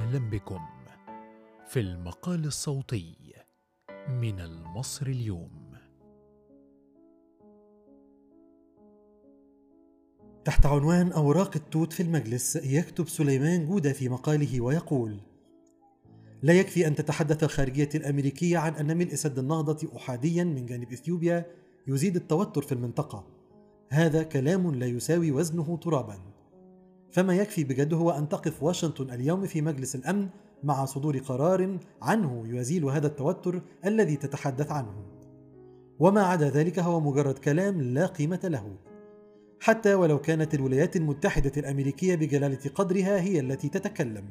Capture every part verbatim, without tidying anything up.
وسهلا بكم في المقال الصوتي من المصري اليوم. تحت عنوان أوراق التوت في المجلس، يكتب سليمان جودة في مقاله ويقول: لا يكفي أن تتحدث الخارجية الأمريكية عن أن ملء سد النهضة أحاديا من جانب إثيوبيا يزيد التوتر في المنطقة. هذا كلام لا يساوي وزنه ترابا. فما يكفي بجد هو أن تقف واشنطن اليوم في مجلس الأمن مع صدور قرار عنه يزيل هذا التوتر الذي تتحدث عنه، وما عدا ذلك هو مجرد كلام لا قيمة له. حتى ولو كانت الولايات المتحدة الأمريكية بجلالة قدرها هي التي تتكلم.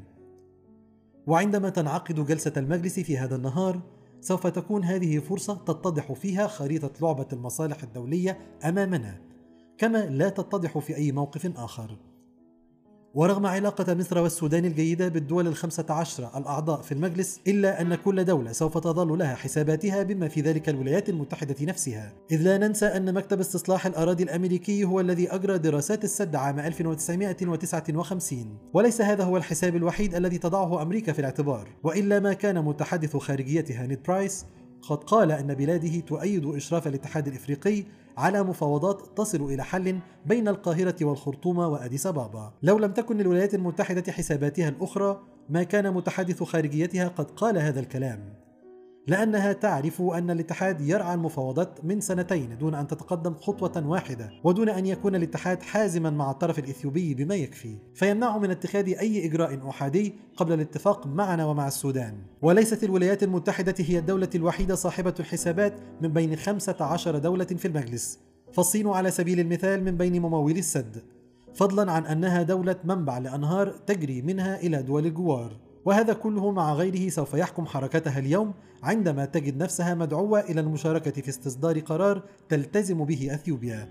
وعندما تنعقد جلسة المجلس في هذا النهار، سوف تكون هذه فرصة تتضح فيها خريطة لعبة المصالح الدولية أمامنا، كما لا تتضح في أي موقف آخر. ورغم علاقة مصر والسودان الجيدة بالدول الخمسة عشر الأعضاء في المجلس، إلا أن كل دولة سوف تظل لها حساباتها، بما في ذلك الولايات المتحدة نفسها. إذ لا ننسى أن مكتب استصلاح الأراضي الأمريكي هو الذي أجرى دراسات السد عام ألف وتسعمائة وتسعة وخمسين، وليس هذا هو الحساب الوحيد الذي تضعه أمريكا في الاعتبار. وإلا ما كان متحدث خارجيتها نيد برايس قد قال أن بلاده تؤيد إشراف الاتحاد الإفريقي على مفاوضات تصل إلى حل بين القاهرة والخرطوم وأديس أبابا. لو لم تكن للولايات المتحدة حساباتها الأخرى ما كان متحدث خارجيتها قد قال هذا الكلام، لأنها تعرف أن الاتحاد يرعى المفاوضات من سنتين دون أن تتقدم خطوة واحدة، ودون أن يكون الاتحاد حازما مع الطرف الإثيوبي بما يكفي، فيمنعه من اتخاذ أي إجراء أحادي قبل الاتفاق معنا ومع السودان. وليست الولايات المتحدة هي الدولة الوحيدة صاحبة الحسابات من بين خمسة عشر دولة في المجلس، فالصين على سبيل المثال من بين ممولي السد، فضلا عن أنها دولة منبع لأنهار تجري منها إلى دول الجوار. وهذا كله مع غيره سوف يحكم حركتها اليوم عندما تجد نفسها مدعوة إلى المشاركة في استصدار قرار تلتزم به أثيوبيا.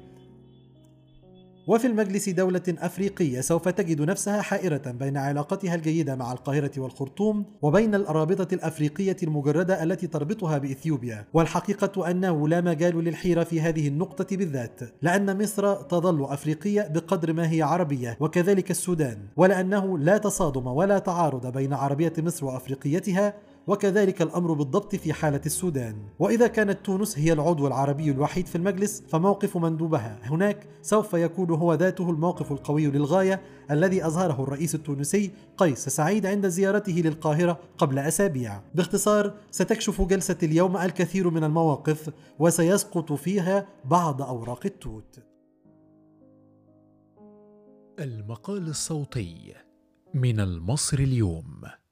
وفي المجلس دولة أفريقية سوف تجد نفسها حائرة بين علاقتها الجيدة مع القاهرة والخرطوم وبين الأرابطة الأفريقية المجردة التي تربطها بإثيوبيا. والحقيقة أنه لا مجال للحيرة في هذه النقطة بالذات، لأن مصر تظل أفريقية بقدر ما هي عربية، وكذلك السودان، ولأنه لا تصادم ولا تعارض بين عربية مصر وأفريقيتها، وكذلك الأمر بالضبط في حالة السودان. وإذا كانت تونس هي العضو العربي الوحيد في المجلس، فموقف مندوبها هناك سوف يكون هو ذاته الموقف القوي للغاية الذي أظهره الرئيس التونسي قيس سعيد عند زيارته للقاهرة قبل أسابيع. باختصار، ستكشف جلسة اليوم الكثير من المواقف، وسيسقط فيها بعض أوراق التوت. المقال الصوتي من المصري اليوم.